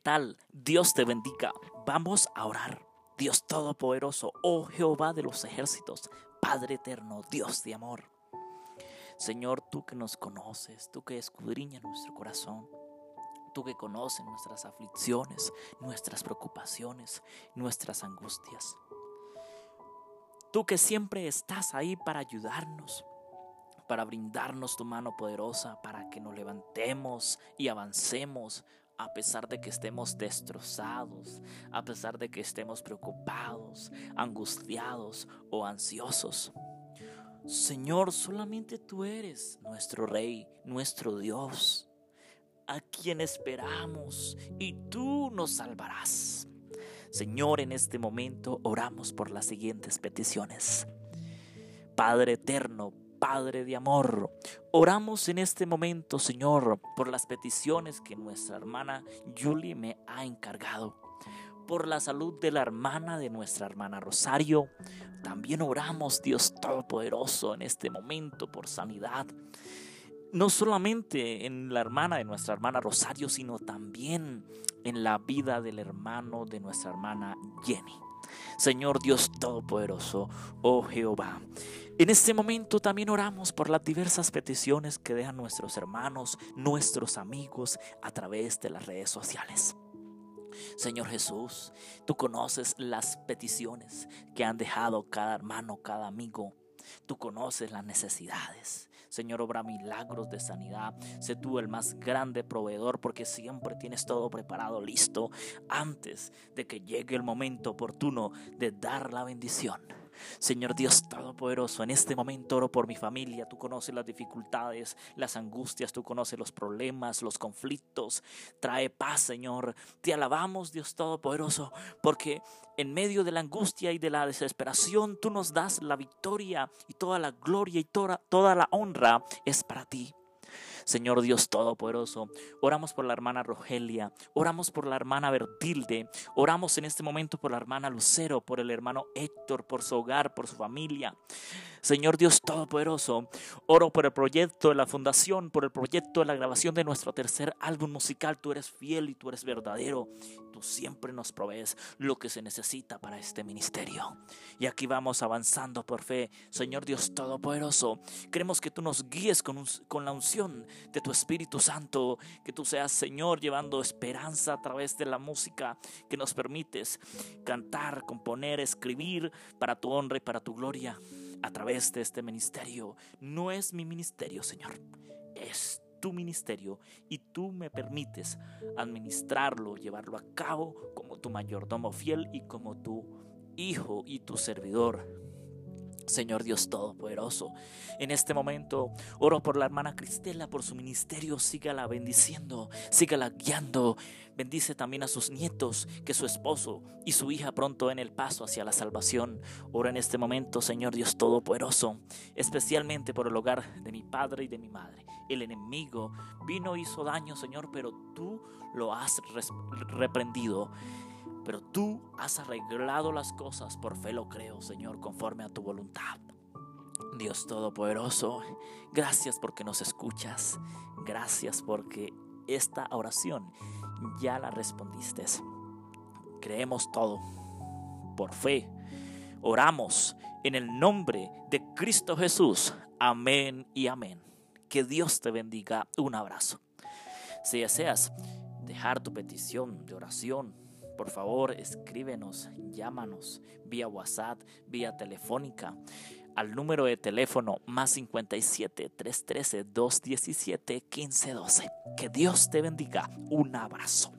tal? Dios te bendiga. Vamos a orar. Dios Todopoderoso, oh Jehová de los ejércitos, Padre eterno, Dios de amor. Señor, tú que nos conoces, tú que escudriñas nuestro corazón, tú que conoces nuestras aflicciones, nuestras preocupaciones, nuestras angustias. Tú que siempre estás ahí para ayudarnos, para brindarnos tu mano poderosa, para que nos levantemos y avancemos a pesar de que estemos destrozados, a pesar de que estemos preocupados, angustiados o ansiosos. Señor, solamente tú eres nuestro Rey, nuestro Dios, a quien esperamos y tú nos salvarás. Señor, en este momento oramos por las siguientes peticiones. Padre eterno, Padre de amor, oramos en este momento, Señor, por las peticiones que nuestra hermana Julie me ha encargado. Por la salud de la hermana, de nuestra hermana Rosario. También oramos, Dios Todopoderoso, en este momento por sanidad. No solamente en la hermana de nuestra hermana Rosario, sino también en la vida del hermano de nuestra hermana Jenny. Señor Dios Todopoderoso, oh Jehová, en este momento también oramos por las diversas peticiones que dejan nuestros hermanos, nuestros amigos a través de las redes sociales. Señor Jesús, tú conoces las peticiones que han dejado cada hermano, cada amigo. Tú conoces las necesidades. Señor, obra milagros de sanidad. Sé tú el más grande proveedor, porque siempre tienes todo preparado, listo, antes de que llegue el momento oportuno de dar la bendición. Señor Dios Todopoderoso, en este momento oro por mi familia. Tú conoces las dificultades, las angustias, tú conoces los problemas, los conflictos. Trae paz, Señor. Te alabamos, Dios Todopoderoso, porque en medio de la angustia y de la desesperación tú nos das la victoria, y toda la gloria y toda la honra es para ti. Señor Dios Todopoderoso, oramos por la hermana Rogelia, oramos por la hermana Bertilde, oramos en este momento por la hermana Lucero, por el hermano Héctor, por su hogar, por su familia. Señor Dios Todopoderoso, oro por el proyecto de la fundación, por el proyecto de la grabación de nuestro tercer álbum musical. Tú eres fiel y tú eres verdadero. Tú siempre nos provees lo que se necesita para este ministerio. Y aquí vamos avanzando por fe. Señor Dios Todopoderoso, queremos que tú nos guíes con la unción de tu Espíritu Santo, que tú seas, Señor, llevando esperanza a través de la música que nos permites cantar, componer, escribir para tu honra y para tu gloria a través de este ministerio. No es mi ministerio, Señor, es tu ministerio, y tú me permites administrarlo, llevarlo a cabo como tu mayordomo fiel y como tu hijo y tu servidor. Señor Dios Todopoderoso, en este momento oro por la hermana Cristela, por su ministerio. Sígala bendiciendo, sígala guiando. Bendice también a sus nietos, que su esposo y su hija pronto den el paso hacia la salvación. Oro en este momento, Señor Dios Todopoderoso, especialmente por el hogar de mi padre y de mi madre. El enemigo vino, hizo daño, Señor, pero tú lo has reprendido. Pero tú has arreglado las cosas, por fe lo creo, Señor, conforme a tu voluntad. Dios Todopoderoso, gracias porque nos escuchas. Gracias porque esta oración ya la respondiste. Creemos todo por fe. Oramos en el nombre de Cristo Jesús. Amén y amén. Que Dios te bendiga. Un abrazo. Si deseas dejar tu petición de oración, por favor, escríbenos, llámanos vía WhatsApp, vía telefónica, al número de teléfono más 57 313 217 1512. Que Dios te bendiga. Un abrazo.